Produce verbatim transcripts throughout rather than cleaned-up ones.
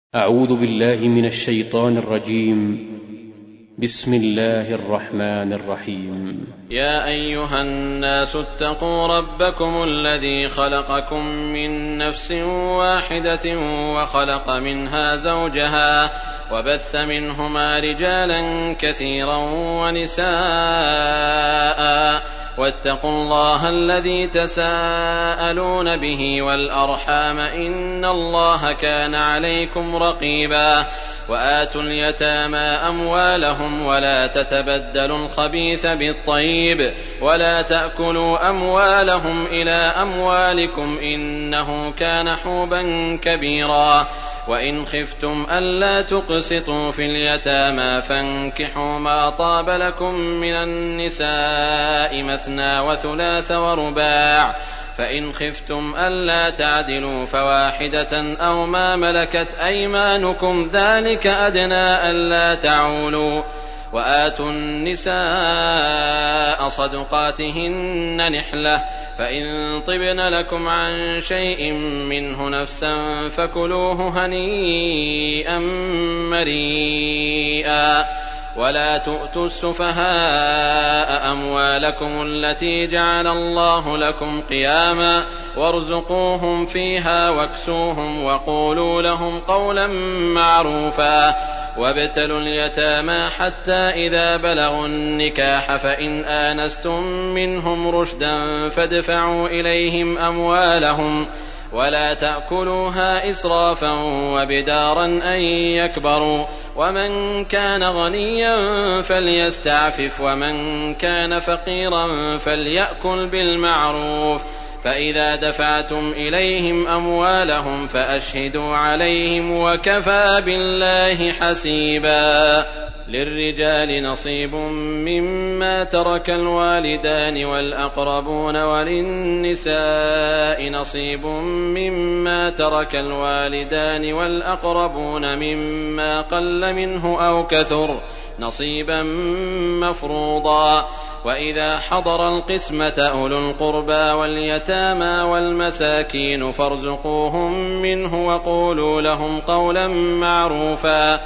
أعوذ بالله من الشيطان الرجيم. بسم الله الرحمن الرحيم. يا أيها الناس اتقوا ربكم الذي خلقكم من نفس واحدة وخلق منها زوجها وبث منهما رجالا كثيرا ونساء واتقوا الله الذي تساءلون به والأرحام إن الله كان عليكم رقيبا وآتوا اليتامى أموالهم ولا تتبدلوا الخبيث بالطيب ولا تأكلوا أموالهم إلى أموالكم إنه كان حوبا كبيرا وإن خفتم ألا تقسطوا في اليتامى فانكحوا ما طاب لكم من النساء مثنى وثلاث ورباع فإن خفتم ألا تعدلوا فواحدة أو ما ملكت أيمانكم ذلك أدنى ألا تعولوا وآتوا النساء صدقاتهن نحلة فإن طبن لكم عن شيء منه نفسا فكلوه هنيئا مريئا ولا تؤتوا السفهاء أموالكم التي جعل الله لكم قياما وارزقوهم فيها واكسوهم وقولوا لهم قولا معروفا وابتلوا اليتامى حتى إذا بلغوا النكاح فإن آنستم منهم رشدا فادفعوا إليهم أموالهم ولا تأكلوها إسرافا وبدارا أن يكبروا ومن كان غنيا فليستعفف ومن كان فقيرا فليأكل بالمعروف فإذا دفعتم إليهم أموالهم فأشهدوا عليهم وكفى بالله حسيبا. للرجال نصيب مما ترك الوالدان والأقربون وللنساء نصيب مما ترك الوالدان والأقربون مما قل منه أو كثر نصيبا مفروضا وإذا حضر القسمة أولو القربى واليتامى والمساكين فارزقوهم منه وقولوا لهم قولا معروفا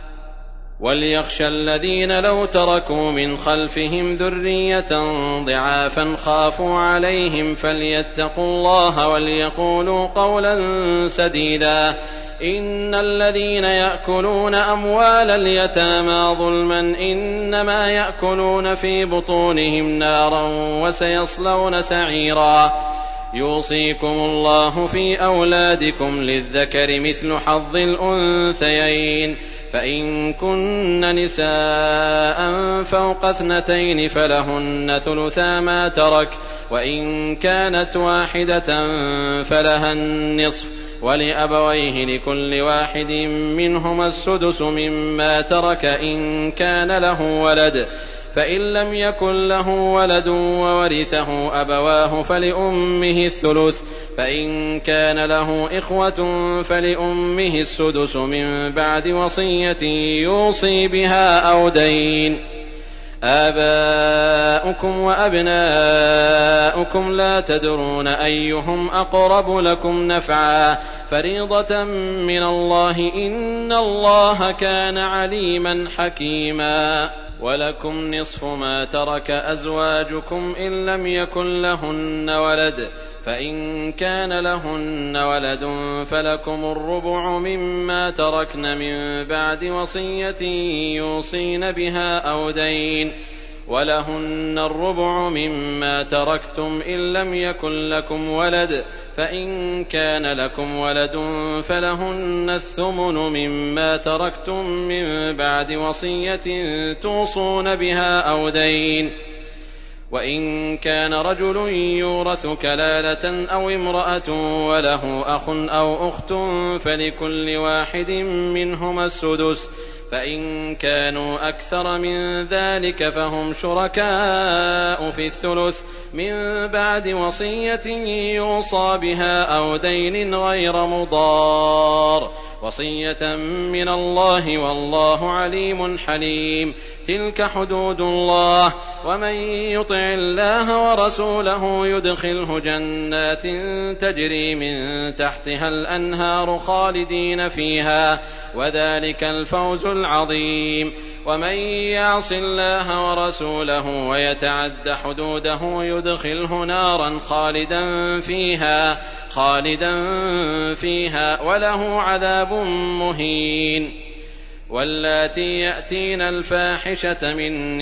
وليخشى الذين لو تركوا من خلفهم ذرية ضعافا خافوا عليهم فليتقوا الله وليقولوا قولا سديدا إن الذين يأكلون أموال اليتامى ظلما إنما يأكلون في بطونهم نارا وسيصلون سعيرا يوصيكم الله في أولادكم للذكر مثل حظ الأنثيين فإن كن نساء فوق اثنتين فلهن ثلثا ما ترك وإن كانت واحدة فلها النصف ولأبويه لكل واحد منهما السدس مما ترك إن كان له ولد فإن لم يكن له ولد وورثه أبواه فلأمه الثلث فإن كان له إخوة فلأمه السدس من بعد وصية يوصي بها أو دين. آباؤكم وأبناؤكم لا تدرون أيهم أقرب لكم نفعا فريضة من الله إن الله كان عليما حكيما. ولكم نصف ما ترك أزواجكم إن لم يكن لهن ولد فإن كان لهن ولد فلكم الربع مما تركن من بعد وصية يوصين بها أو دين ولهن الربع مما تركتم إن لم يكن لكم ولد فإن كان لكم ولد فلهن الثمن مما تركتم من بعد وصية توصون بها أو دين وإن كان رجل يورث كلالة أو امرأة وله أخ أو أخت فلكل واحد منهما السدس فإن كانوا أكثر من ذلك فهم شركاء في الثلث من بعد وصية يوصى بها أو دين غير مضار وصية من الله والله عليم حليم. تلك حدود الله ومن يطع الله ورسوله يدخله جنات تجري من تحتها الأنهار خالدين فيها وذلك الفوز العظيم. ومن يعص الله ورسوله ويتعد حدوده يدخله نارا خالدا فيها خالدا فيها وله عذاب مهين. واللاتي يأتين الفاحشة من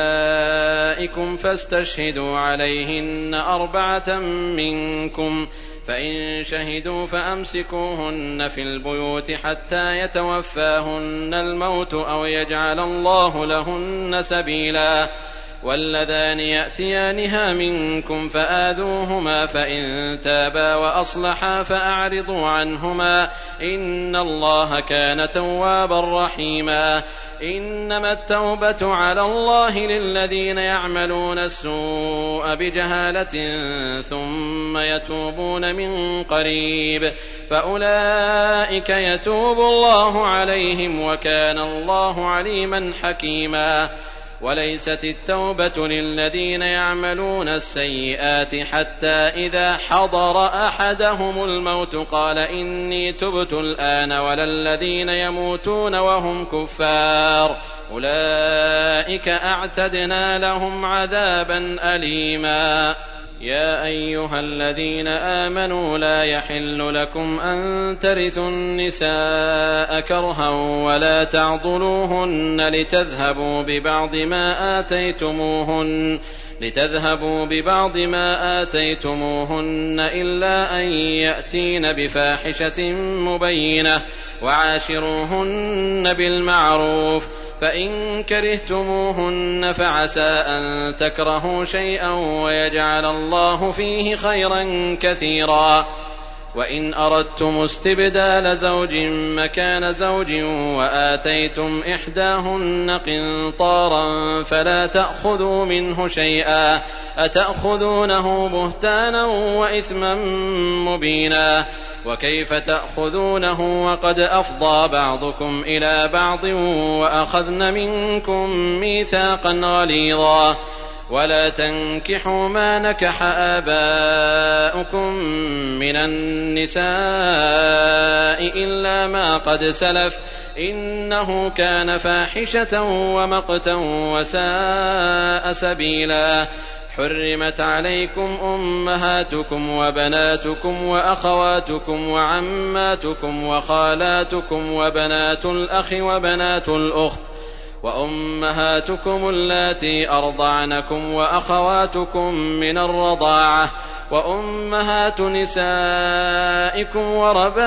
نسائكم فاستشهدوا عليهن أربعة منكم، فإن شهدوا فأمسكوهن في البيوت حتى يتوفاهن الموت أو يجعل الله لهن سبيلا. واللذان يأتيانها منكم فآذوهما، فإن تابا وأصلحا فأعرضوا عنهما، إن الله كان توابا رحيما. إنما التوبة على الله للذين يعملون السوء بجهالة ثم يتوبون من قريب فأولئك يتوب الله عليهم وكان الله عليما حكيما. وليست التوبة للذين يعملون السيئات حتى إذا حضر أحدهم الموت قال إني تبت الآن، ولا الذين يموتون وهم كفار أولئك أعتدنا لهم عذابا أليما. يا أيها الذين آمنوا لا يحل لكم أن ترثوا النساء كرها ولا تعضلوهن لتذهبوا ببعض ما آتيتموهن لتذهبوا ببعض ما آتيتموهن إلا أن يأتين بفاحشة مبينة وعاشروهن بالمعروف، فإن كرهتموهن فعسى أن تكرهوا شيئا ويجعل الله فيه خيرا كثيرا. وإن أردتم استبدال زوج مكان زوج وآتيتم إحداهن قنطارا فلا تأخذوا منه شيئا، أتأخذونه بهتانا وإثما مبينا. وكيف تأخذونه وقد أفضى بعضكم إلى بعض وأخذن منكم ميثاقا غليظا. ولا تنكحوا ما نكح آباؤكم من النساء إلا ما قد سلف إنه كان فاحشة ومقتا وساء سبيلا. حرمت عليكم أمهاتكم وبناتكم وأخواتكم وعماتكم وخالاتكم وبنات الأخ وبنات الأخت وأمهاتكم اللاتي أرضعنكم وأخواتكم من الرضاعة وأمهات نسائكم وربائبكم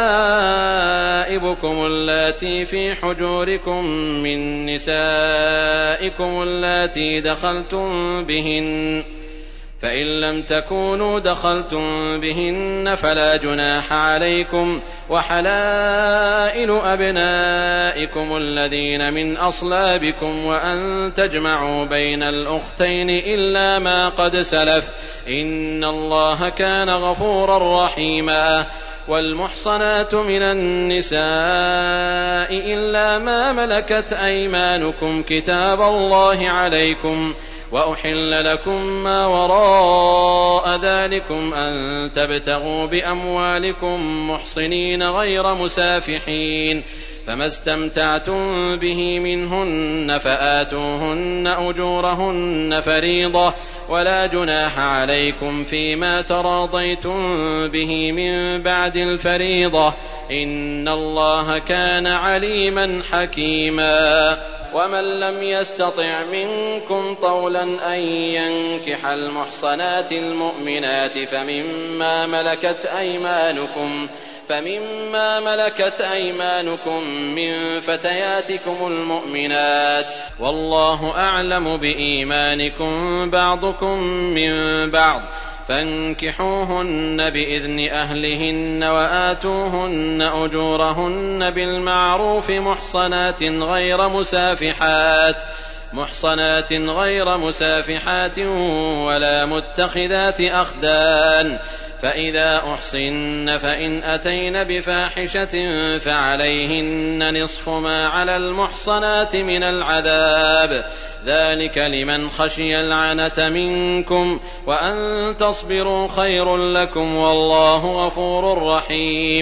اللاتي في حجوركم من نسائكم اللاتي دخلتم بهن، فإن لم تكونوا دخلتم بهن فلا جناح عليكم. وحلائل أبنائكم الذين من أصلابكم وأن تجمعوا بين الأختين إلا ما قد سلف إن الله كان غفورا رحيما. والمحصنات من النساء إلا ما ملكت أيمانكم كتاب الله عليكم، وأحل لكم ما وراء ذلكم أن تبتغوا بأموالكم محصنين غير مسافحين، فما استمتعتم به منهن فآتوهن أجورهن فريضة، ولا جناح عليكم فيما تراضيتم به من بعد الفريضة إن الله كان عليما حكيما. ومن لم يستطع منكم طولا أن ينكح المحصنات المؤمنات فمما ملكت أيمانكم فمما ملكت أيمانكم من فتياتكم المؤمنات، والله أعلم بإيمانكم بعضكم من بعض، فانكحوهن بإذن أهلهن وآتوهن أجورهن بالمعروف محصنات غير مسافحات محصنات غير مسافحات ولا متخذات أخدان، فإذا أحصن فإن أتين بفاحشة فعليهن نصف ما على المحصنات من العذاب، ذلك لمن خشي العنة منكم، وأن تصبروا خير لكم والله غفور رحيم.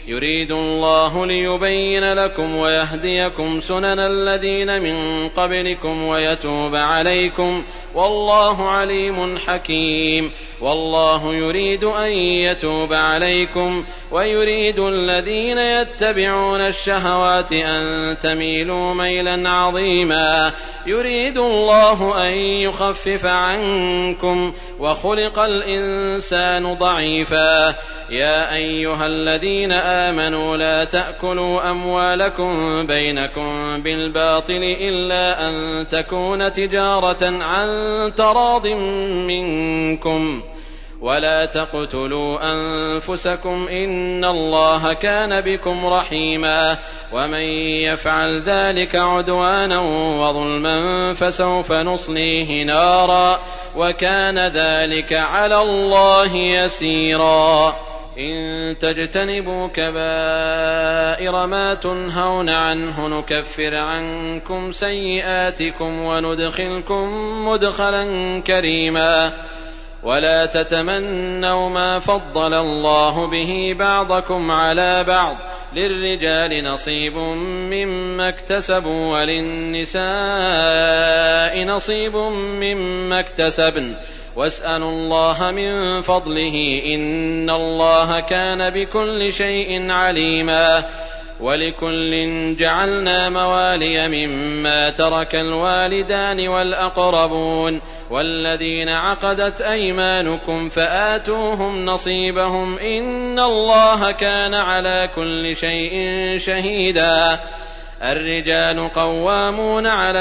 يريد الله ليبين لكم ويهديكم سنن الذين من قبلكم ويتوب عليكم والله عليم حكيم والله يريد أن يتوب عليكم ويريد الذين يتبعون الشهوات أن تميلوا ميلا عظيما يريد الله أن يخفف عنكم وخلق الإنسان ضعيفا يا أيها الذين آمنوا لا تأكلوا أموالكم بينكم بالباطل إلا أن تكون تجارة عن تراض منكم ولا تقتلوا أنفسكم إن الله كان بكم رحيما ومن يفعل ذلك عدوانا وظلما فسوف نصليه نارا وكان ذلك على الله يسيرا إن تجتنبوا كبائر ما تنهون عنه نكفر عنكم سيئاتكم وندخلكم مدخلا كريما ولا تتمنوا ما فضل الله به بعضكم على بعض للرجال نصيب مما اكتسبوا وللنساء نصيب مما اكتسبن واسألوا الله من فضله إن الله كان بكل شيء عليما ولكل جعلنا موالي مما ترك الوالدان والأقربون والذين عقدت أيمانكم فآتوهم نصيبهم إن الله كان على كل شيء شهيدا الرجال قوامون على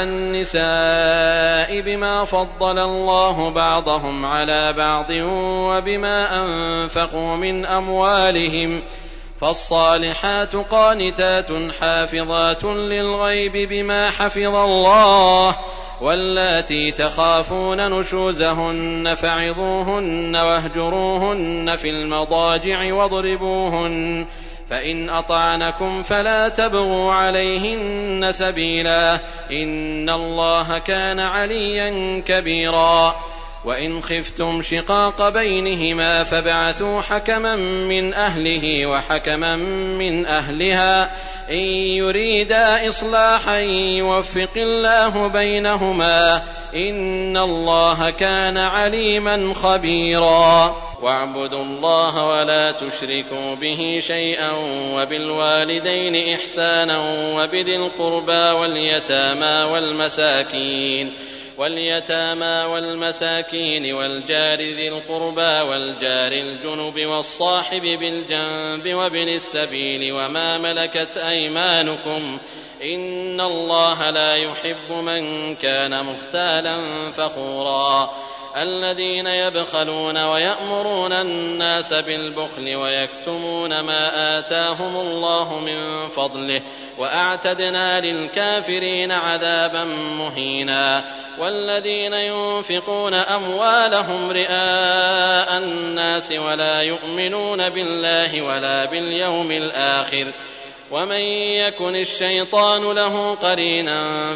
النساء بما فضل الله بعضهم على بعض وبما أنفقوا من أموالهم فالصالحات قانتات حافظات للغيب بما حفظ الله واللاتي تخافون نشوزهن فعظوهن واهجروهن في المضاجع واضربوهن فإن أطعنكم فلا تبغوا عليهن سبيلا إن الله كان عليا كبيرا وإن خفتم شقاق بينهما فابعثوا حكما من أهله وحكما من أهلها إن يريدا إصلاحا يوفق الله بينهما إن الله كان عليما خبيرا واعبدوا الله ولا تشركوا به شيئا وبالوالدين إحسانا وبذي القربى واليتامى والمساكين واليتامى والمساكين والجار ذي القربى والجار الجنب والصاحب بالجنب وابن السبيل وما ملكت أيمانكم إن الله لا يحب من كان مختالا فخورا الذين يبخلون ويأمرون الناس بالبخل ويكتمون ما آتاهم الله من فضله وأعتدنا للكافرين عذابا مهينا والذين ينفقون أموالهم رئاء الناس ولا يؤمنون بالله ولا باليوم الآخر ومن يكن الشيطان له قرينا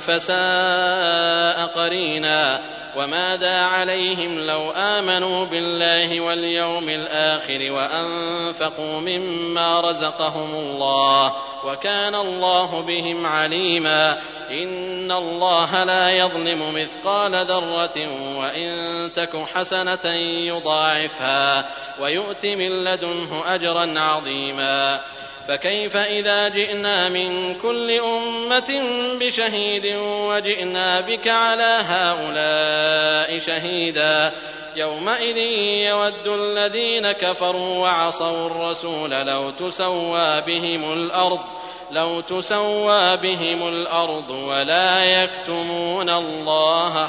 فساء قرينا وماذا عليهم لو آمنوا بالله واليوم الآخر وأنفقوا مما رزقهم الله وكان الله بهم عليما إن الله لا يظلم مثقال ذرة وإن تك حسنة يضاعفها ويؤت من لدنه أجرا عظيما فكيف إذا جئنا من كل أمة بشهيد وجئنا بك على هؤلاء شهيدا يومئذ يود الذين كفروا وعصوا الرسول لو تسوى بهم الأرض لو تسوى بهم الأرض ولا يكتمون الله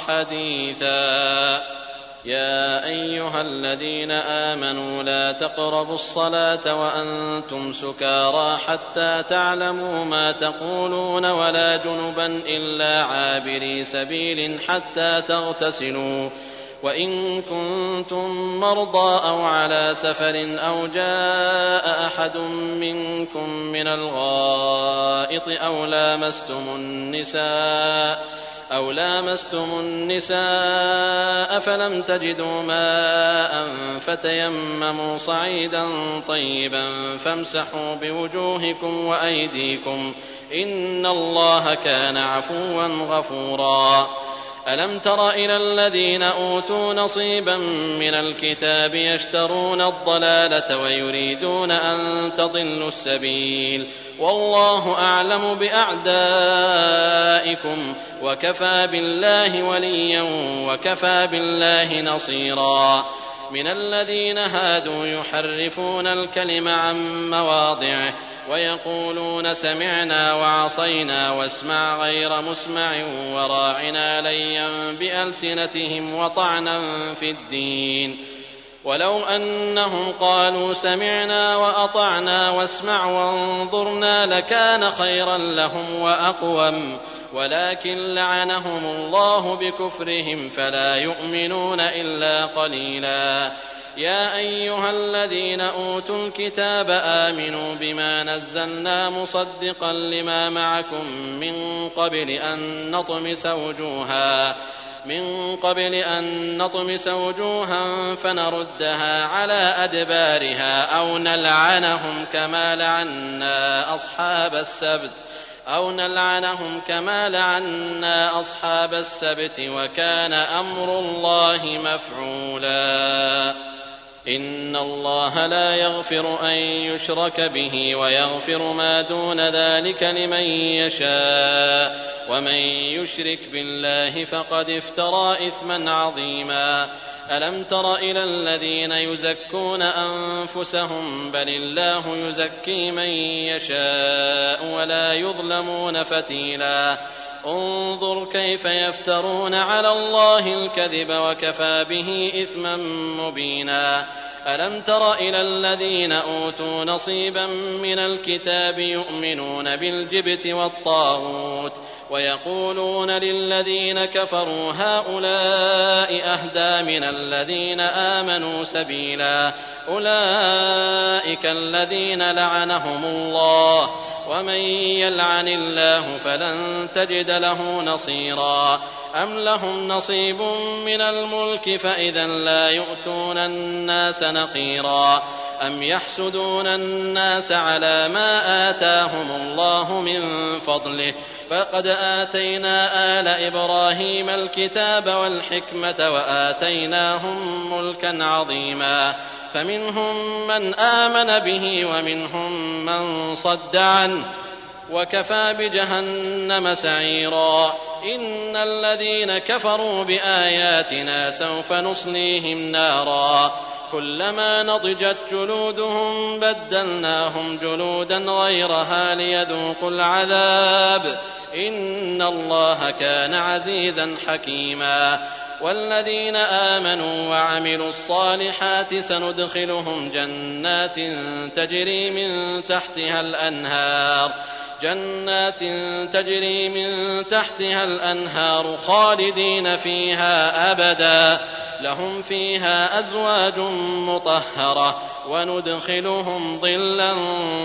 حديثا يا أيها الذين آمنوا لا تقربوا الصلاة وأنتم سكارى حتى تعلموا ما تقولون ولا جنبا إلا عابري سبيل حتى تغتسلوا وإن كنتم مرضى أو على سفر أو جاء أحد منكم من الغائط أو لامستم النساء أو لامستم النساء فلم تجدوا ماء فتيمموا صعيدا طيبا فامسحوا بوجوهكم وأيديكم إن الله كان عفوا غفورا. ألم تر إلى الذين أوتوا نصيبا من الكتاب يشترون الضلالة ويريدون أن تضلوا السبيل والله أعلم بأعدائكم وكفى بالله وليا وكفى بالله نصيرا. من الذين هادوا يحرفون الكلم عن مواضعه ويقولون سمعنا وعصينا واسمع غير مسمع وراعنا ليا بألسنتهم وطعنا في الدين ولو أنهم قالوا سمعنا وأطعنا واسمع وانظرنا لكان خيرا لهم وأقوم ولكن لعنهم الله بكفرهم فلا يؤمنون إلا قليلا. يا أيها الذين أوتوا الكتاب آمنوا بما نزلنا مصدقا لما معكم من قبل أن نطمس وجوها من قبل أن نطمس وجوها فنردها على أدبارها أو نلعنهم كما لعنا أصحاب السبت أو نلعنهم كما لعنا أصحاب السبت وكان أمر الله مفعولا. إن الله لا يغفر أن يشرك به ويغفر ما دون ذلك لمن يشاء ومن يشرك بالله فقد افترى إثما عظيما. ألم تر إلى الذين يزكون أنفسهم بل الله يزكي من يشاء ولا يظلمون فتيلا. انظر كيف يفترون على الله الكذب وكفى به إثما مبينا. ألم تر إلى الذين أوتوا نصيبا من الكتاب يؤمنون بالجبت والطاغوت ويقولون للذين كفروا هؤلاء أهدى من الذين آمنوا سبيلا. أولئك الذين لعنهم الله ومن يلعن الله فلن تجد له نصيرا. أم لهم نصيب من الملك فإذا لا يؤتون الناس نقيرا. أم يحسدون الناس على ما آتاهم الله من فضله فقد آتينا آل إبراهيم الكتاب والحكمة وآتيناهم ملكا عظيما. فمنهم من آمن به ومنهم من صد عنه وكفى بجهنم سعيرا. إن الذين كفروا بآياتنا سوف نصليهم نارا كلما نضجت جلودهم بدلناهم جلودا غيرها ليذوقوا العذاب إن الله كان عزيزا حكيما. والذين آمنوا وعملوا الصالحات سندخلهم جنات تجري من تحتها الأنهار جنات تجري من تحتها الأنهار خالدين فيها أبدا لهم فيها أزواج مطهرة وندخلهم ظلا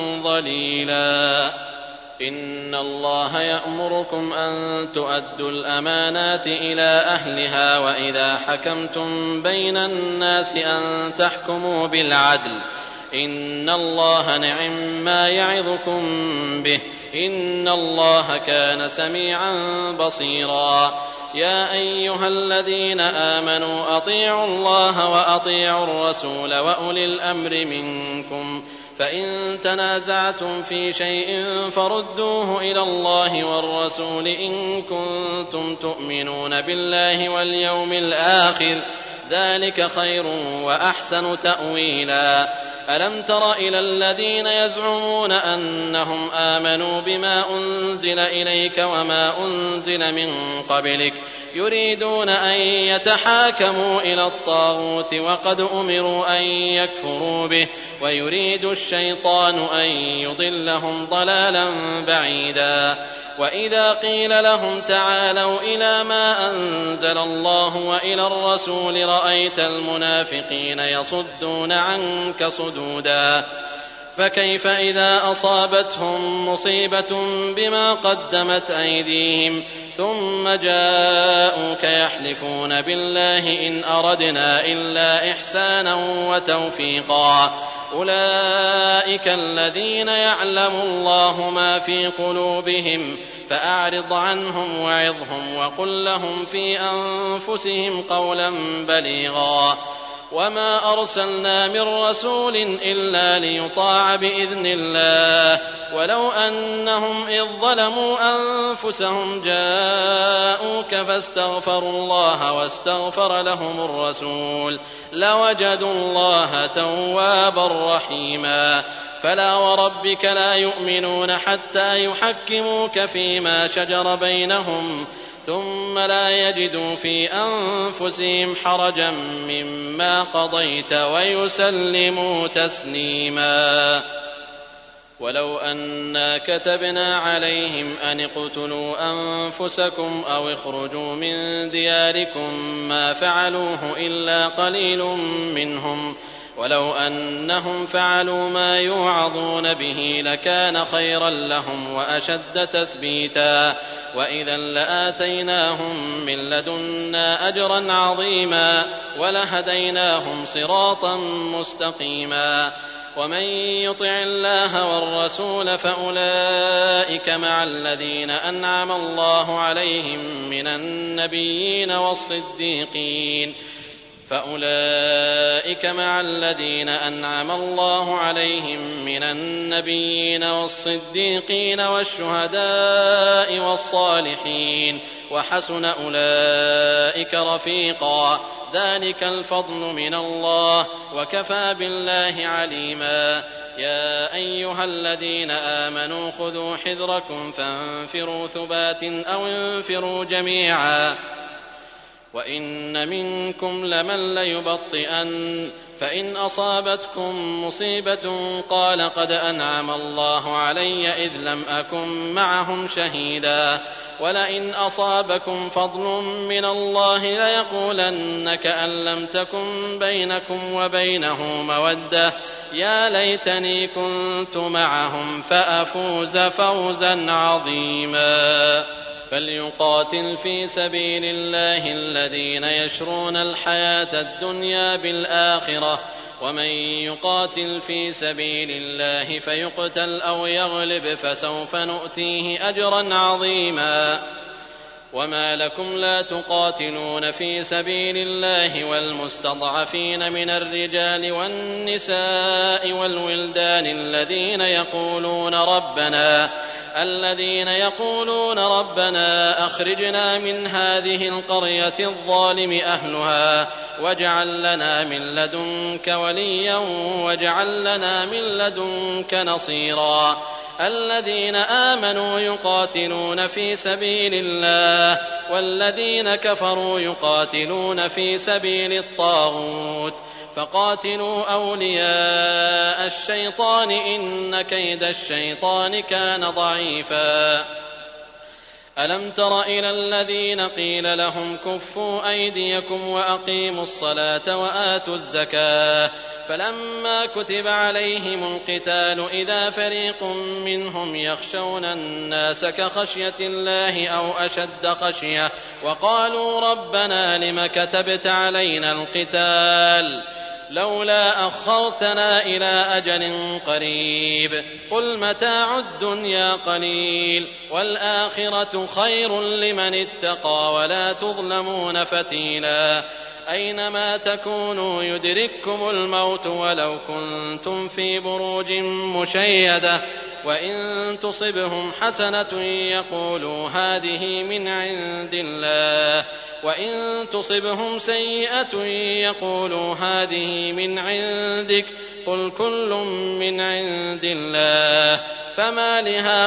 ظليلا. إن الله يأمركم أن تؤدوا الأمانات إلى أهلها وإذا حكمتم بين الناس أن تحكموا بالعدل إن الله نعم ما يعظكم به إن الله كان سميعا بصيرا. يا أيها الذين آمنوا أطيعوا الله وأطيعوا الرسول وأولي الأمر منكم فإن تنازعتم في شيء فردوه إلى الله والرسول إن كنتم تؤمنون بالله واليوم الآخر ذلك خير وأحسن تأويلا. ألم تر إلى الذين يزعمون أنهم آمنوا بما أنزل إليك وما أنزل من قبلك يريدون أن يتحاكموا إلى الطاغوت وقد أمروا أن يكفروا به ويريد الشيطان أن يضلهم ضلالا بعيدا. وإذا قيل لهم تعالوا إلى ما أنزل الله وإلى الرسول رأيت المنافقين يصدون عنك صدودا. فكيف إذا أصابتهم مصيبة بما قدمت أيديهم ثم جاءوك يحلفون بالله إن أردنا إلا إحسانا وتوفيقا أولئك الذين يعلم الله ما في قلوبهم فأعرض عنهم وعظهم وقل لهم في أنفسهم قولا بليغا وما أرسلنا من رسول إلا ليطاع بإذن الله ولو أنهم إذ ظلموا أنفسهم جاءوك فاستغفروا الله واستغفر لهم الرسول لوجدوا الله توابا رحيما فلا وربك لا يؤمنون حتى يحكموك فيما شجر بينهم ثم لا يجدوا في أنفسهم حرجا مما قضيت ويسلموا تسليما ولو أنا كتبنا عليهم أن اقتلوا أنفسكم أو اخرجوا من دياركم ما فعلوه إلا قليل منهم ولو أنهم فعلوا ما يوعظون به لكان خيرا لهم وأشد تثبيتا وإذا لآتيناهم من لدنا أجرا عظيما ولهديناهم صراطا مستقيما ومن يطع الله والرسول فأولئك مع الذين أنعم الله عليهم من النبيين والصديقين فأولئك مع الذين أنعم الله عليهم من النبيين والصديقين والشهداء والصالحين وحسن أولئك رفيقا ذلك الفضل من الله وكفى بالله عليما يا أيها الذين آمنوا خذوا حذركم فانفروا ثبات أو انفروا جميعا وإن منكم لمن ليبطئن فإن أصابتكم مصيبة قال قد أنعم الله علي إذ لم أكن معهم شهيدا ولئن أصابكم فضل من الله ليقولن كأن لم تكن بينكم وبينه مودة يا ليتني كنت معهم فأفوز فوزا عظيما فليقاتل في سبيل الله الذين يشرون الحياة الدنيا بالآخرة ومن يقاتل في سبيل الله فيقتل أو يغلب فسوف نؤتيه أجرا عظيما وما لكم لا تقاتلون في سبيل الله والمستضعفين من الرجال والنساء والولدان الذين يقولون ربنا الذين يقولون ربنا أخرجنا من هذه القرية الظالم أهلها واجعل لنا من لدنك وليا واجعل لنا من لدنك نصيرا الذين آمنوا يقاتلون في سبيل الله والذين كفروا يقاتلون في سبيل الطاغوت فقاتلوا أولياء الشيطان إن كيد الشيطان كان ضعيفا ألم تر إلى الذين قيل لهم كفوا أيديكم وأقيموا الصلاة وآتوا الزكاة فلما كتب عليهم القتال إذا فريق منهم يخشون الناس كخشية الله أو أشد خشية وقالوا ربنا لم كتبت علينا القتال لولا أخرتنا إلى أجل قريب قل متاع الدنيا قليل والآخرة خير لمن اتقى ولا تظلمون فتيلا أينما تكونوا يدرككم الموت ولو كنتم في بروج مشيدة وإن تصبهم حسنة يقولوا هذه من عند الله وإن تصبهم سيئة يقولوا هذه من عندك قل كل من عند الله فما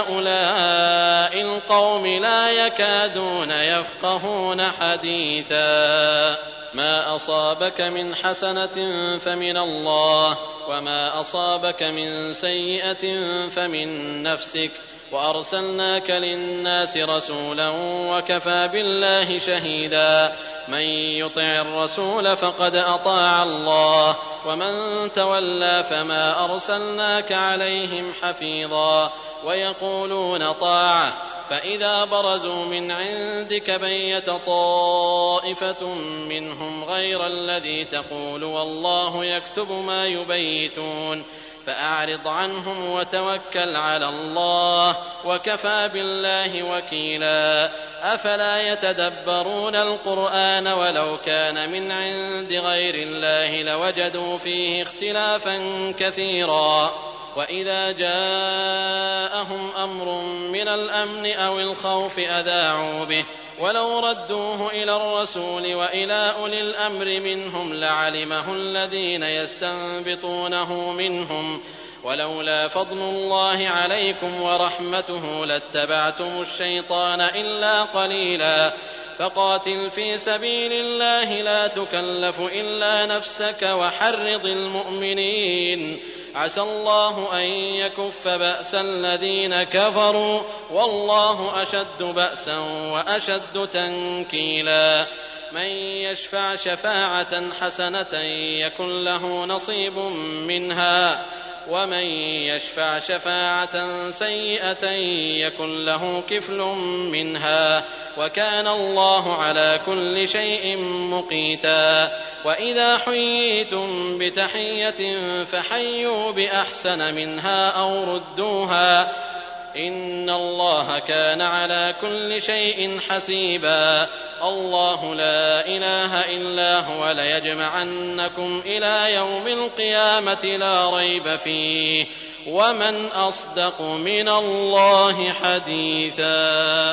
لهؤلاء القوم لا يكادون يفقهون حديثا ما أصابك من حسنة فمن الله وما أصابك من سيئة فمن نفسك وأرسلناك للناس رسولا وكفى بالله شهيدا من يطع الرسول فقد أطاع الله ومن تولى فما أرسلناك عليهم حفيظا ويقولون طاعة فإذا برزوا من عندك بيت طائفة منهم غير الذي تقول والله يكتب ما يبيتون فأعرض عنهم وتوكل على الله وكفى بالله وكيلا أفلا يتدبرون القرآن ولو كان من عند غير الله لوجدوا فيه اختلافا كثيرا وإذا جاءهم أمر من الأمن أو الخوف أذاعوا به ولو ردوه إلى الرسول وإلى أولي الأمر منهم لعلمه الذين يستنبطونه منهم ولولا فضل الله عليكم ورحمته لاتبعتم الشيطان إلا قليلا فقاتل في سبيل الله لا تكلف إلا نفسك وحرض المؤمنين عسى الله أن يكف بأس الذين كفروا والله أشد بأسا وأشد تنكيلا من يشفع شفاعة حسنة يكن له نصيب منها ومن يشفع شفاعة سيئة يكن له كفل منها وكان الله على كل شيء مقيتا وإذا حييتم بتحية فحيوا بأحسن منها أو ردوها إن الله كان على كل شيء حسيبا الله لا إله إلا هو ليجمعنكم إلى يوم القيامة لا ريب فيه ومن أصدق من الله حديثا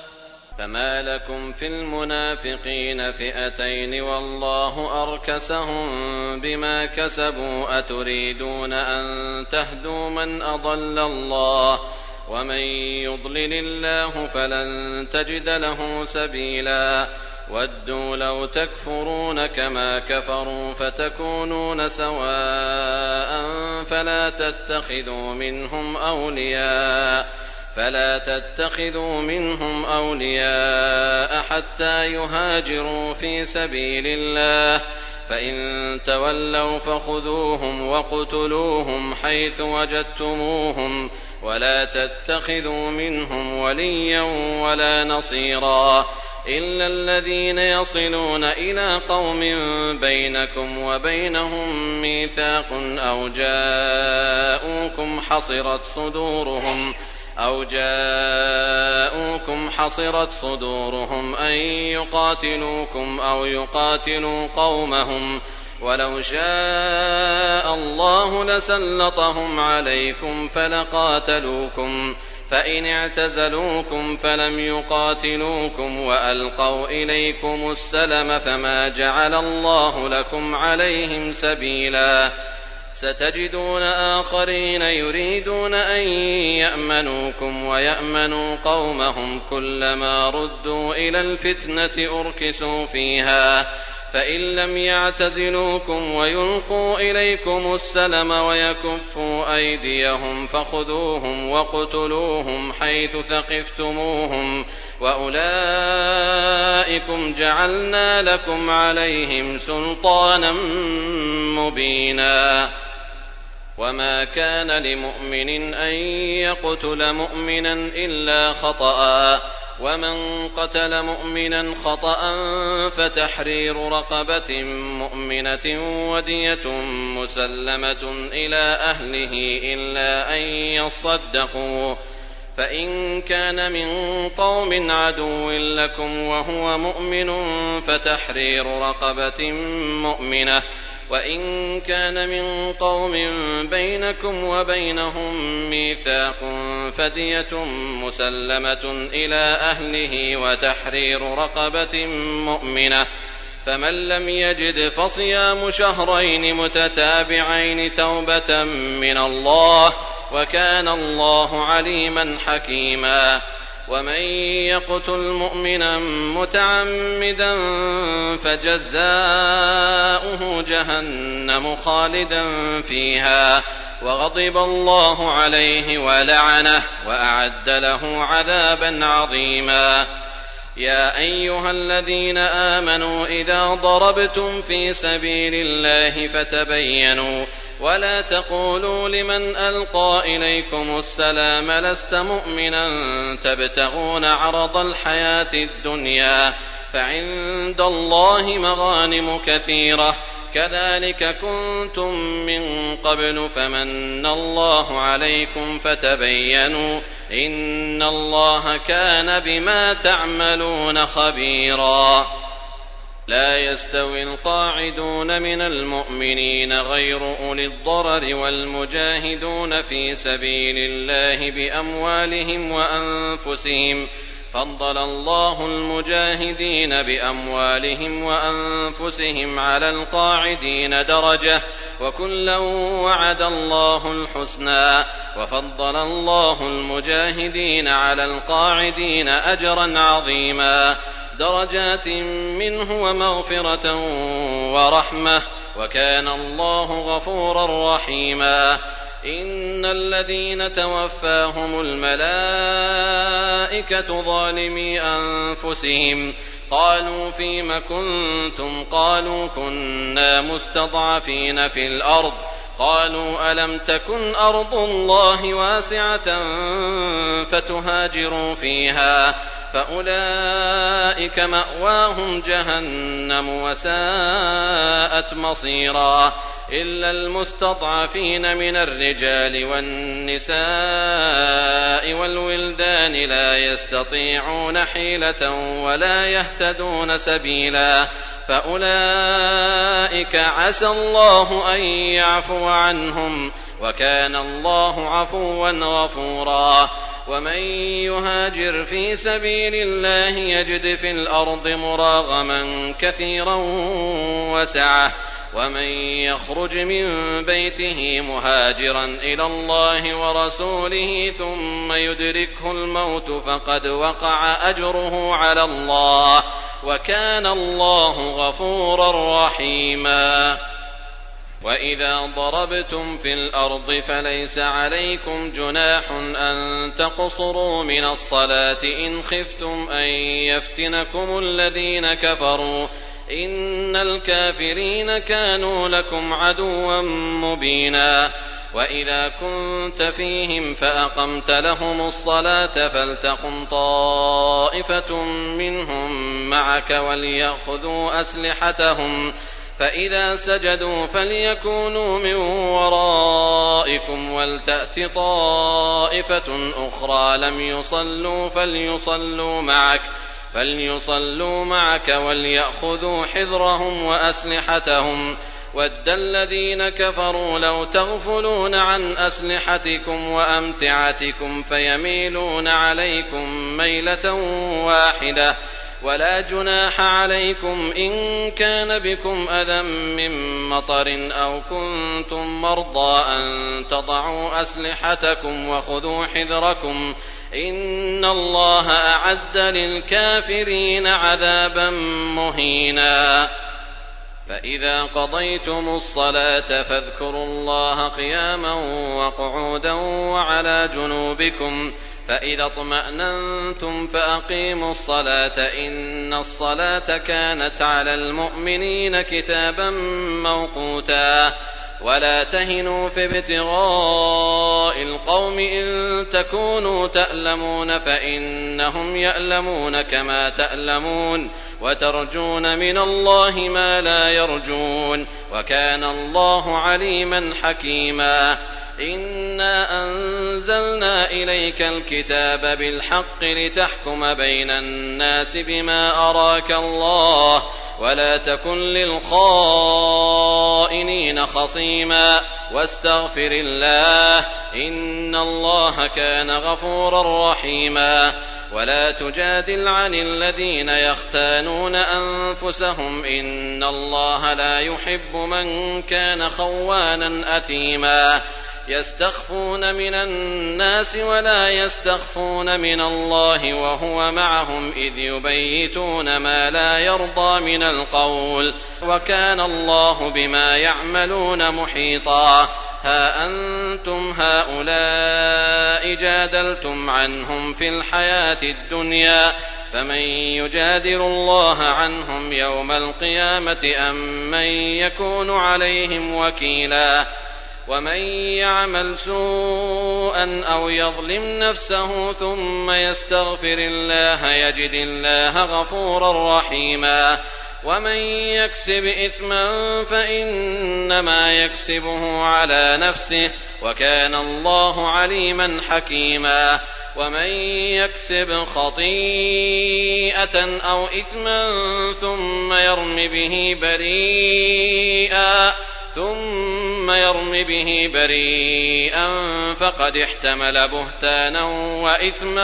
فما لكم في المنافقين فئتين والله أركسهم بما كسبوا أتريدون أن تهدوا من أضل الله ومن يضلل الله فلن تجد له سبيلا ودوا لو تكفرون كما كفروا فتكونون سواء فلا تتخذوا منهم أولياء فلا تتخذوا منهم أولياء حتى يهاجروا في سبيل الله فإن تولوا فخذوهم وقتلوهم حيث وجدتموهم ولا تتخذوا منهم وليا ولا نصيرا إلا الذين يصلون إلى قوم بينكم وبينهم ميثاق أو جاءوكم حصرت صدورهم أو جاءوكم حصرت صدورهم أن يقاتلوكم أو يقاتلوا قومهم ولو شاء الله لسلطهم عليكم فلقاتلوكم فإن اعتزلوكم فلم يقاتلوكم وألقوا إليكم السلم فما جعل الله لكم عليهم سبيلا ستجدون آخرين يريدون أن يأمنوكم ويأمنوا قومهم كلما ردوا إلى الفتنة أركسوا فيها فإن لم يعتزلوكم ويلقوا إليكم السلم ويكفوا أيديهم فخذوهم وقتلوهم حيث ثقفتموهم وأولئكم جعلنا لكم عليهم سلطانا مبينا وما كان لمؤمن أن يقتل مؤمنا إلا خطأ ومن قتل مؤمنا خطأ فتحرير رقبة مؤمنة ودية مسلمة إلى أهله إلا أن يصدقوا فإن كان من قوم عدو لكم وهو مؤمن فتحرير رقبة مؤمنة وإن كان من قوم بينكم وبينهم ميثاق فدية مسلمة إلى أهله وتحرير رقبة مؤمنة فمن لم يجد فصيام شهرين متتابعين توبة من الله وكان الله عليما حكيما ومن يقتل مؤمنا متعمدا فجزاؤه جهنم خالدا فيها وغضب الله عليه ولعنه وأعد له عذابا عظيما يا أيها الذين آمنوا إذا ضربتم في سبيل الله فتبينوا ولا تقولوا لمن ألقى إليكم السلام لست مؤمنا تبتغون عرض الحياة الدنيا فعند الله مغانم كثيرة كذلك كنتم من قبل فمن الله عليكم فتبينوا إن الله كان بما تعملون خبيرا. لا يستوي القاعدون من المؤمنين غير أولي الضرر والمجاهدون في سبيل الله بأموالهم وأنفسهم فضل الله المجاهدين بأموالهم وأنفسهم على القاعدين درجة وكلا وعد الله الحسنى وفضل الله المجاهدين على القاعدين أجرا عظيما درجات منه ومغفرة ورحمة وكان الله غفورا رحيما. إن الذين توفاهم الملائكة ظالمي أنفسهم قالوا فيم كنتم قالوا كنا مستضعفين في الأرض قالوا ألم تكن أرض الله واسعة فتهاجروا فيها فأولئك مأواهم جهنم وساءت مصيرا إلا المستضعفين من الرجال والنساء والولدان لا يستطيعون حيلة ولا يهتدون سبيلا فأولئك عسى الله أن يعفو عنهم وكان الله عفوا غفورا. ومن يهاجر في سبيل الله يجد في الأرض مراغما كثيرا وسعة ومن يخرج من بيته مهاجرا إلى الله ورسوله ثم يدركه الموت فقد وقع أجره على الله وكان الله غفورا رحيما. وإذا ضربتم في الأرض فليس عليكم جناح أن تقصروا من الصلاة إن خفتم أن يفتنكم الذين كفروا إن الكافرين كانوا لكم عدوا مبينا. وإذا كنت فيهم فأقمت لهم الصلاة فلتقم طائفة منهم معك وليأخذوا أسلحتهم فإذا سجدوا فليكونوا من ورائكم ولتأت طائفة أخرى لم يصلوا فليصلوا معك فليصلوا معك وليأخذوا حذرهم وأسلحتهم ود الذين كفروا لو تغفلون عن أسلحتكم وأمتعتكم فيميلون عليكم ميلة واحدة ولا جناح عليكم إن كان بكم أذى من مطر أو كنتم مرضى أن تضعوا أسلحتكم وخذوا حذركم إن الله أعد للكافرين عذابا مهينا. فإذا قضيتم الصلاة فاذكروا الله قياما وقعودا وعلى جنوبكم فإذا اطمأننتم فأقيموا الصلاة إن الصلاة كانت على المؤمنين كتابا موقوتا. ولا تهنوا في ابتغاء القوم إن تكونوا تألمون فإنهم يألمون كما تألمون وترجون من الله ما لا يرجون وكان الله عليما حكيما. إنا أنزلنا إليك الكتاب بالحق لتحكم بين الناس بما أراك الله ولا تكن للخائنين خصيما واستغفر الله إن الله كان غفورا رحيما. ولا تجادل عن الذين يختانون أنفسهم إن الله لا يحب من كان خوانا أثيما. يستخفون من الناس ولا يستخفون من الله وهو معهم إذ يبيتون ما لا يرضى من القول وكان الله بما يعملون محيطا. ها أنتم هؤلاء جادلتم عنهم في الحياة الدنيا فمن يجادل الله عنهم يوم القيامة أم من يكون عليهم وكيلا. ومن يعمل سوءا أو يظلم نفسه ثم يستغفر الله يجد الله غفورا رحيما ومن يكسب إثما فإنما يكسبه على نفسه وكان الله عليما حكيما ومن يكسب خطيئة أو إثما ثم يرم به بريئا ثم يرم به بريئا فقد احتمل بهتانا وإثما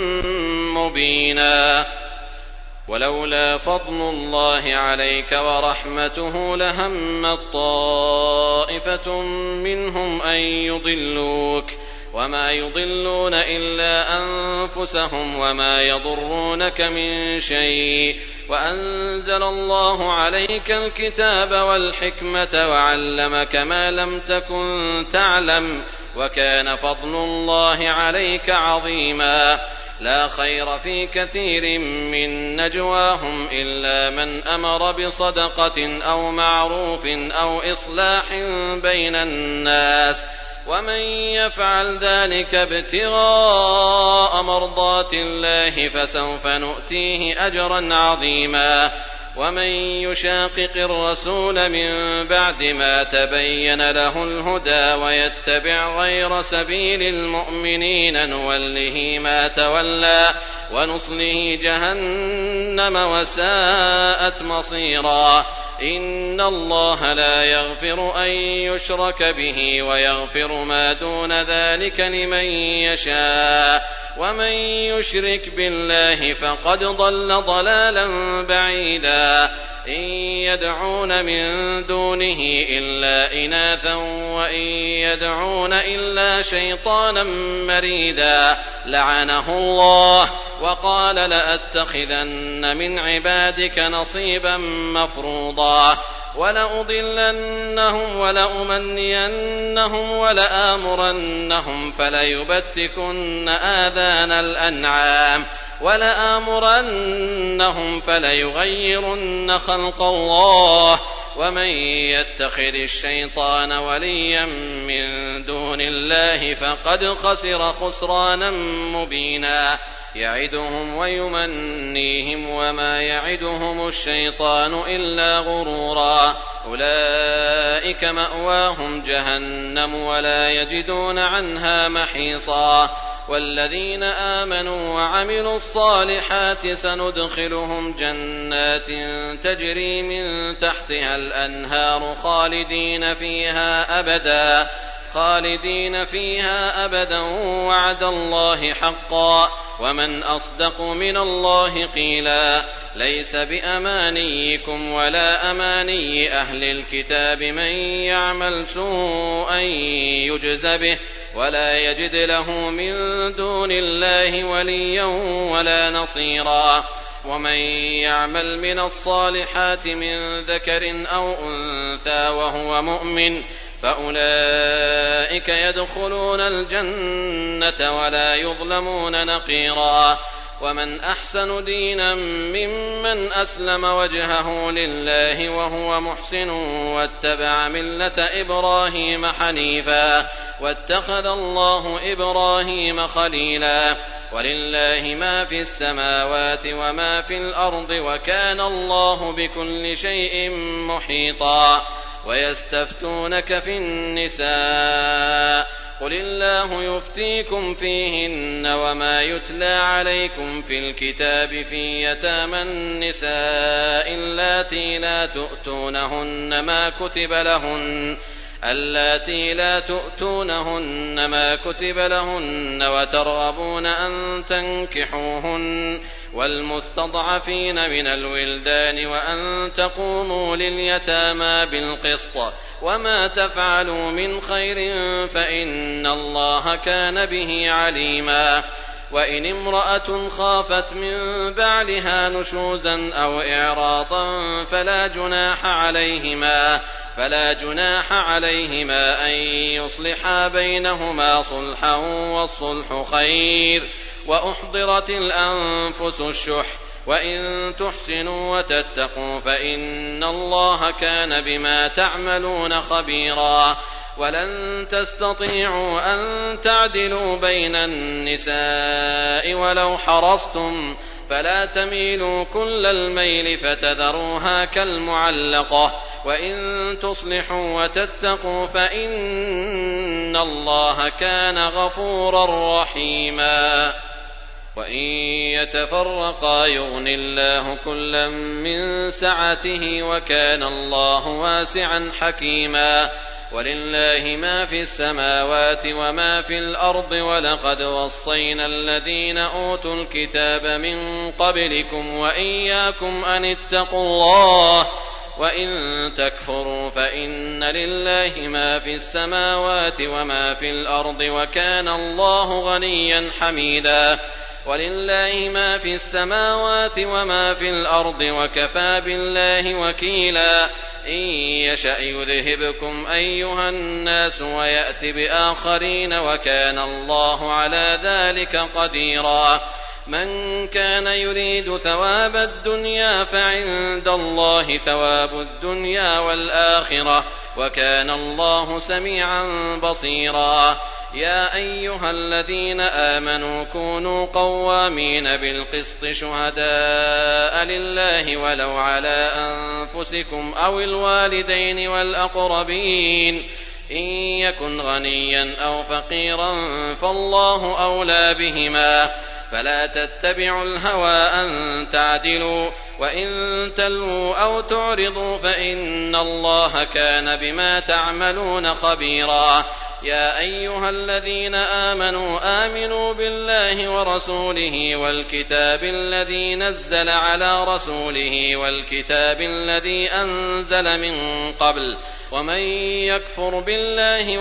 مبينا ولولا فضل الله عليك ورحمته لهمت طائفة منهم أن يضلوك وما يضلون إلا أنفسهم وما يضرونك من شيء وأنزل الله عليك الكتاب والحكمة وعلمك ما لم تكن تعلم وكان فضل الله عليك عظيما لا خير في كثير من نجواهم إلا من أمر بصدقة أو معروف أو إصلاح بين الناس ومن يفعل ذلك ابتغاء مرضات الله فسوف نؤتيه أجرا عظيما ومن يشاقق الرسول من بعد ما تبين له الهدى ويتبع غير سبيل المؤمنين نوله ما تولى ونصله جهنم وساءت مصيرا إن الله لا يغفر أن يشرك به ويغفر ما دون ذلك لمن يشاء ومن يشرك بالله فقد ضل ضلالا بعيدا إن يدعون من دونه إلا إناثا وإن يدعون إلا شيطانا مريدا لعنه الله وقال لأتخذن من عبادك نصيبا مفروضا ولأضلنهم ولأمنينهم ولآمرنهم فليبتكن آذان الأنعام ولآمرنهم فليغيرن خلق الله ومن يتخذ الشيطان وليا من دون الله فقد خسر خسرانا مبينا يعدهم ويمنيهم وما يعدهم الشيطان إلا غرورا أولئك مأواهم جهنم ولا يجدون عنها محيصا والذين آمنوا وعملوا الصالحات سندخلهم جنات تجري من تحتها الأنهار خالدين فيها أبدا خالدين فيها أبدا وعد الله حقا ومن أصدق من الله قيلا ليس بأمانيكم ولا أماني أهل الكتاب من يعمل سوءا يجز به ولا يجد له من دون الله وليا ولا نصيرا ومن يعمل من الصالحات من ذكر أو أنثى وهو مؤمن فأولئك يدخلون الجنة ولا يظلمون نقيرا ومن أحسن دينا ممن أسلم وجهه لله وهو محسن واتبع ملة إبراهيم حنيفا واتخذ الله إبراهيم خليلا ولله ما في السماوات وما في الأرض وكان الله بكل شيء محيطا ويستفتونك في النساء قل الله يفتيكم فيهن وما يتلى عليكم في الكتاب في يتامى النساء اللاتي لا تؤتونهن ما كتب لهن اللاتي لا تؤتونهن ما كتب لهن وترغبون أن تنكحوهن والمستضعفين من الولدان وأن تقوموا لليتامى بالقسط وما تفعلوا من خير فإن الله كان به عليما وإن امرأة خافت من بعلها نشوزا أو إعراضا فلا جناح عليهما فلا جناح عليهما أن يصلحا بينهما صلحا والصلح خير وأحضرت الأنفس الشح وإن تحسنوا وتتقوا فإن الله كان بما تعملون خبيرا ولن تستطيعوا أن تعدلوا بين النساء ولو حرصتم فلا تميلوا كل الميل فتذروها كالمعلقة وإن تصلحوا وتتقوا فإن الله كان غفورا رحيما وإن يتفرقا يغن الله كلا من سعته وكان الله واسعا حكيما ولله ما في السماوات وما في الأرض ولقد وصينا الذين أوتوا الكتاب من قبلكم وإياكم أن اتقوا الله وإن تكفروا فإن لله ما في السماوات وما في الأرض وكان الله غنيا حميدا ولله ما في السماوات وما في الأرض وكفى بالله وكيلا إن يشأ يذهبكم أيها الناس ويأت بآخرين وكان الله على ذلك قديرا من كان يريد ثواب الدنيا فعند الله ثواب الدنيا والآخرة وكان الله سميعا بصيرا يا أيها الذين آمنوا كونوا قوامين بالقسط شهداء لله ولو على أنفسكم أو الوالدين والأقربين إن يكن غنيا أو فقيرا فالله أولى بهما فلا تتبعوا الهوى أن تعدلوا وإن تلووا أو تعرضوا فإن الله كان بما تعملون خبيرا يا أيها الذين آمنوا آمنوا بالله ورسوله والكتاب الذي نزل على رسوله والكتاب الذي أنزل من قبل ومن يكفر بالله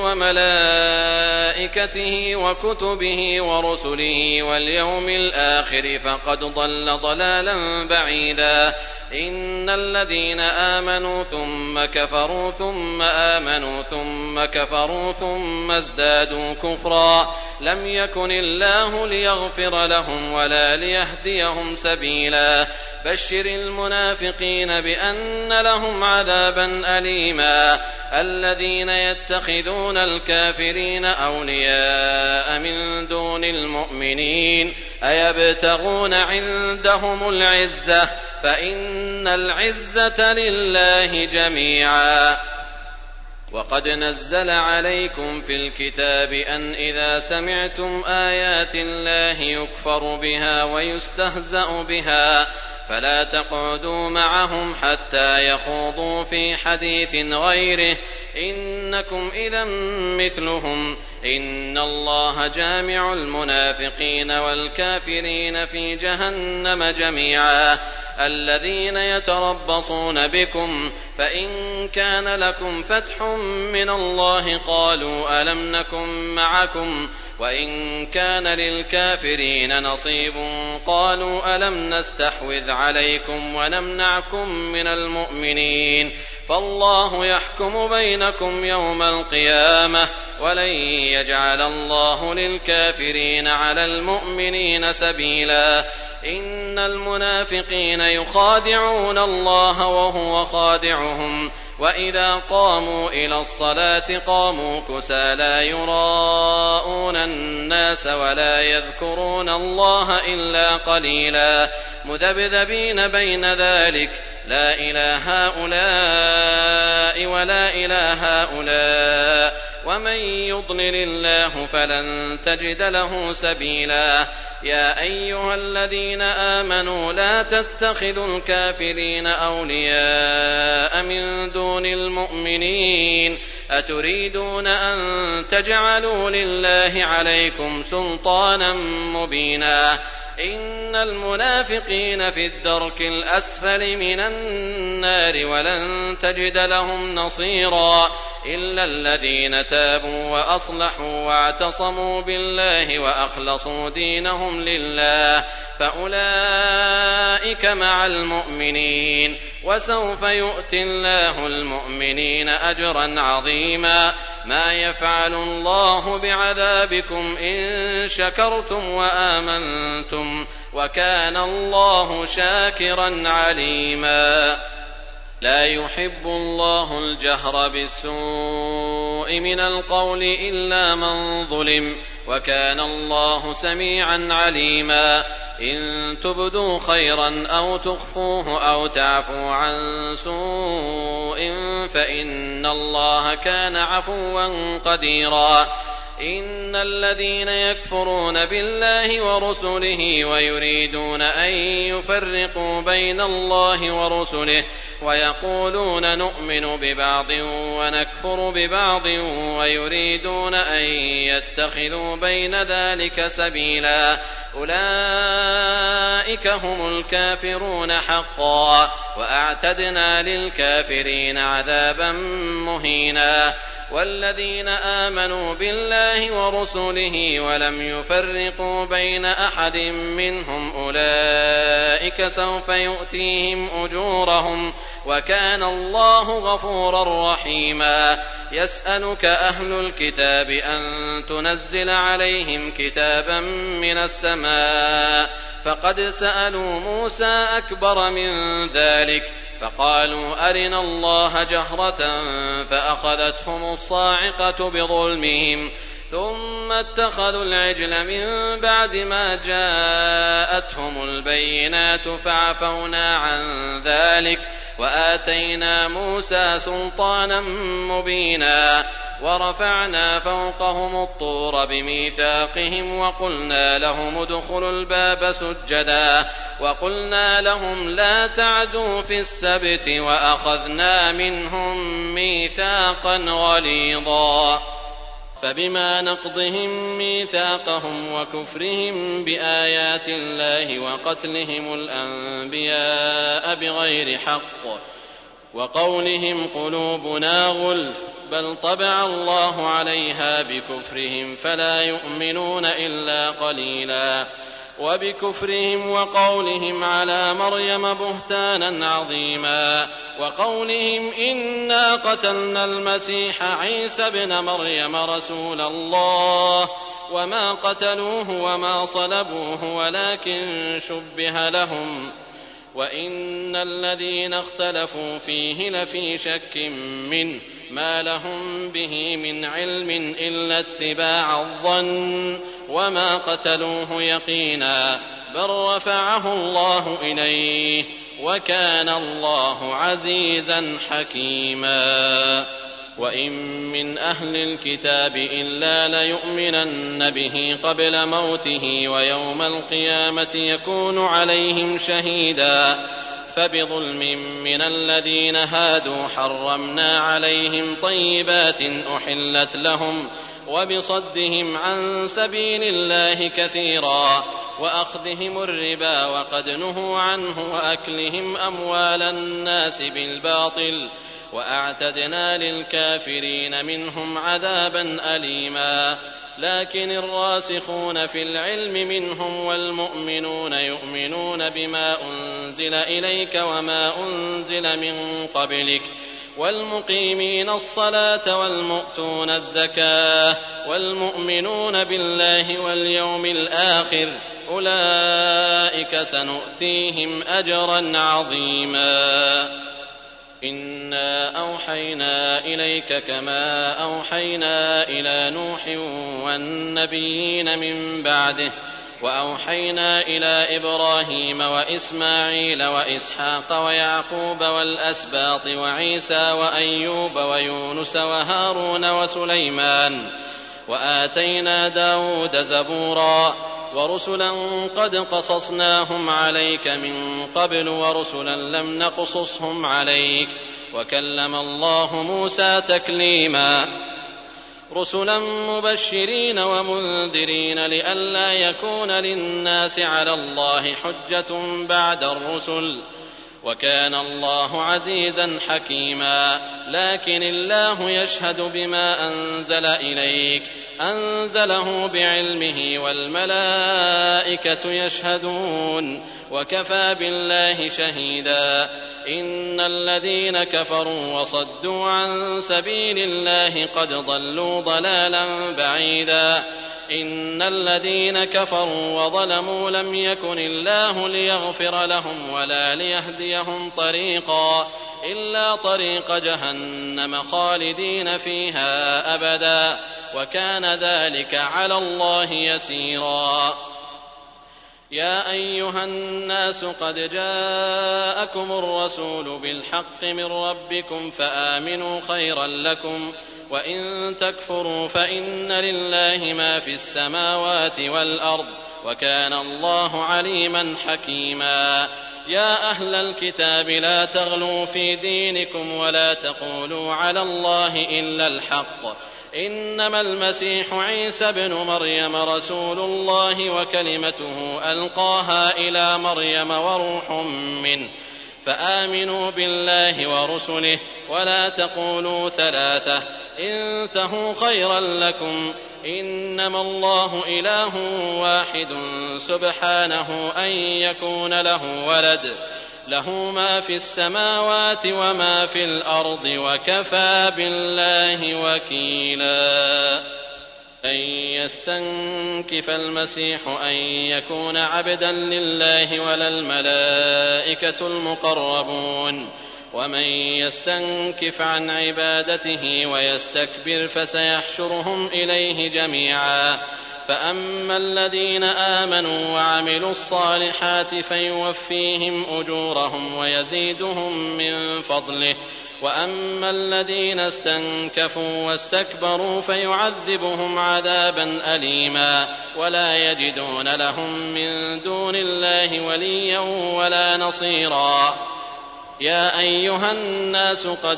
وملائكته وكتبه ورسله واليوم الآخر فقد ضل ضلالا بعيدا إن الذين آمنوا ثم كفروا ثم آمنوا ثم كفروا ثم ازدادوا كفرا لم يكن الله ليغفر لهم ولا ليهديهم سبيلا بشر المنافقين بأن لهم عذابا أليما الذين يتخذون الكافرين أولياء من دون المؤمنين أيبتغون عندهم العزة فإن العزة لله جميعا وقد نزل عليكم في الكتاب أن إذا سمعتم آيات الله يكفر بها ويستهزأ بها فلا تقعدوا معهم حتى يخوضوا في حديث غيره إنكم إذا مثلهم إن الله جامع المنافقين والكافرين في جهنم جميعا الذين يتربصون بكم فإن كان لكم فتح من الله قالوا ألم نكن معكم وإن كان للكافرين نصيب قالوا ألم نستحوذ عليكم ونمنعكم من المؤمنين فالله يحكم بينكم يوم القيامة ولن يجعل الله للكافرين على المؤمنين سبيلا إن المنافقين يخادعون الله وهو خادعهم وإذا قاموا إلى الصلاة قاموا كسى لا يراءون الناس ولا يذكرون الله إلا قليلا مذبذبين بين ذلك لا إله هؤلاء ولا إله هؤلاء ومن يضلل الله فلن تجد له سبيلا يا أيها الذين آمنوا لا تتخذوا الكافرين أولياء من دون المؤمنين أتريدون أن تجعلوا لله عليكم سلطانا مبينا إن المنافقين في الدرك الأسفل من النار ولن تجد لهم نصيرا إلا الذين تابوا وأصلحوا واعتصموا بالله وأخلصوا دينهم لله فأولئك مع المؤمنين وسوف يؤتي الله المؤمنين أجرا عظيما ما يفعل الله بعذابكم إن شكرتم وآمنتم وكان الله شاكرا عليما لا يحب الله الجهر بالسوء من القول إلا من ظلم وكان الله سميعا عليما إن تبدوا خيرا أو تخفوه أو تعفوا عن سوء فإن الله كان عفوا قديرا إن الذين يكفرون بالله ورسله ويريدون أن يفرقوا بين الله ورسله ويقولون نؤمن ببعض ونكفر ببعض ويريدون أن يتخذوا بين ذلك سبيلا أولئك هم الكافرون حقا وأعتدنا للكافرين عذابا مهينا والذين آمنوا بالله ورسله ولم يفرقوا بين أحد منهم أولئك سوف يؤتيهم أجورهم وكان الله غفورا رحيما يسألك أهل الكتاب أن تنزل عليهم كتابا من السماء فقد سألوا موسى أكبر من ذلك فقالوا أرنا الله جهرة فأخذتهم الصاعقة بظلمهم ثم اتخذوا العجل من بعد ما جاءتهم البينات فعفونا عن ذلك وآتينا موسى سلطانا مبينا ورفعنا فوقهم الطور بميثاقهم وقلنا لهم ادخلوا الباب سجدا وقلنا لهم لا تعدوا في السبت وأخذنا منهم ميثاقا غليظا فبما نقضهم ميثاقهم وكفرهم بآيات الله وقتلهم الأنبياء بغير حق وقولهم قلوبنا غلف بل طبع الله عليها بكفرهم فلا يؤمنون إلا قليلا وبكفرهم وقولهم على مريم بهتانا عظيما وقولهم إنا قتلنا المسيح عيسى ابن مريم رسول الله وما قتلوه وما صلبوه ولكن شبه لهم وإن الذين اختلفوا فيه لفي شك منه ما لهم به من علم إلا اتباع الظن وما قتلوه يقينا بل رفعه الله إليه وكان الله عزيزا حكيما وإن من أهل الكتاب إلا ليؤمنن به قبل موته ويوم القيامة يكون عليهم شهيدا فبظلم من الذين هادوا حرمنا عليهم طيبات أحلت لهم وبصدهم عن سبيل الله كثيرا وأخذهم الربا وقد نهوا عنه وأكلهم أموال الناس بالباطل وأعتدنا للكافرين منهم عذابا أليما لكن الراسخون في العلم منهم والمؤمنون يؤمنون بما أنزل إليك وما أنزل من قبلك والمقيمين الصلاة والمؤتون الزكاة والمؤمنون بالله واليوم الآخر أولئك سنؤتيهم أجرا عظيما إنا أوحينا إليك كما أوحينا إلى نوح والنبيين من بعده وأوحينا إلى إبراهيم وإسماعيل وإسحاق ويعقوب والأسباط وعيسى وأيوب ويونس وهارون وسليمان وآتينا داود زبورا ورسلا قد قصصناهم عليك من قبل ورسلا لم نقصصهم عليك وكلم الله موسى تكليما رسلا مبشرين ومنذرين لئلا يكون للناس على الله حجة بعد الرسل وكان الله عزيزا حكيما لكن الله يشهد بما أنزل إليك أنزله بعلمه والملائكة يشهدون وكفى بالله شهيدا إن الذين كفروا وصدوا عن سبيل الله قد ضلوا ضلالا بعيدا إن الذين كفروا وظلموا لم يكن الله ليغفر لهم ولا ليهديهم طريقا إلا طريق جهنم خالدين فيها أبدا وكان ذلك على الله يسيرا. يا أيها الناس قد جاءكم الرسول بالحق من ربكم فآمنوا خيرا لكم وإن تكفروا فإن لله ما في السماوات والأرض وكان الله عليما حكيما. يا أهل الكتاب لا تغلوا في دينكم ولا تقولوا على الله إلا الحق إنما المسيح عيسى بن مريم رسول الله وكلمته ألقاها إلى مريم وروح منه فآمنوا بالله ورسله ولا تقولوا ثلاثة انتهوا خيرا لكم إنما الله إله واحد سبحانه أن يكون له ولد له ما في السماوات وما في الأرض وكفى بالله وكيلا. أن يستنكف المسيح أن يكون عبدا لله ولا الملائكة المقربون ومن يستنكف عن عبادته ويستكبر فسيحشرهم إليه جميعا. فأما الذين آمنوا وعملوا الصالحات فيوفيهم أجورهم ويزيدهم من فضله وأما الذين استنكفوا واستكبروا فيعذبهم عذابا أليما ولا يجدون لهم من دون الله وليا ولا نصيرا. يا أيها الناس قد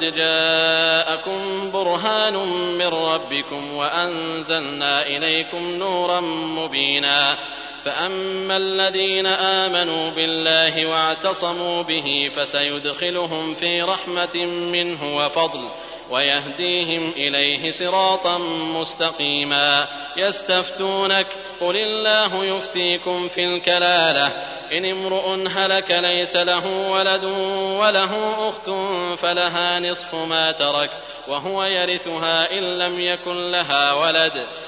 جاءكم برهان من ربكم وأنزلنا إليكم نورا مبينا. فأما الذين آمنوا بالله واعتصموا به فسيدخلهم في رحمة منه وفضل ويهديهم إليه صراطا مستقيما. يستفتونك قل الله يفتيكم في الكلالة إن امرؤ هلك ليس له ولد وله أخت فلها نصف ما ترك وهو يرثها إن لم يكن لها ولد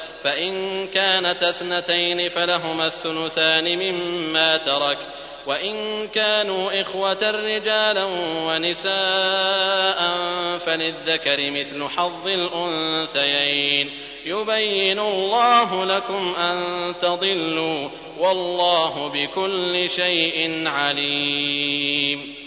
فإن كانت اثنتين فلهما الثلثان مما ترك وإن كانوا إخوة رجالا ونساء فللذكر مثل حظ الأنثيين يبين الله لكم أن تضلوا والله بكل شيء عليم.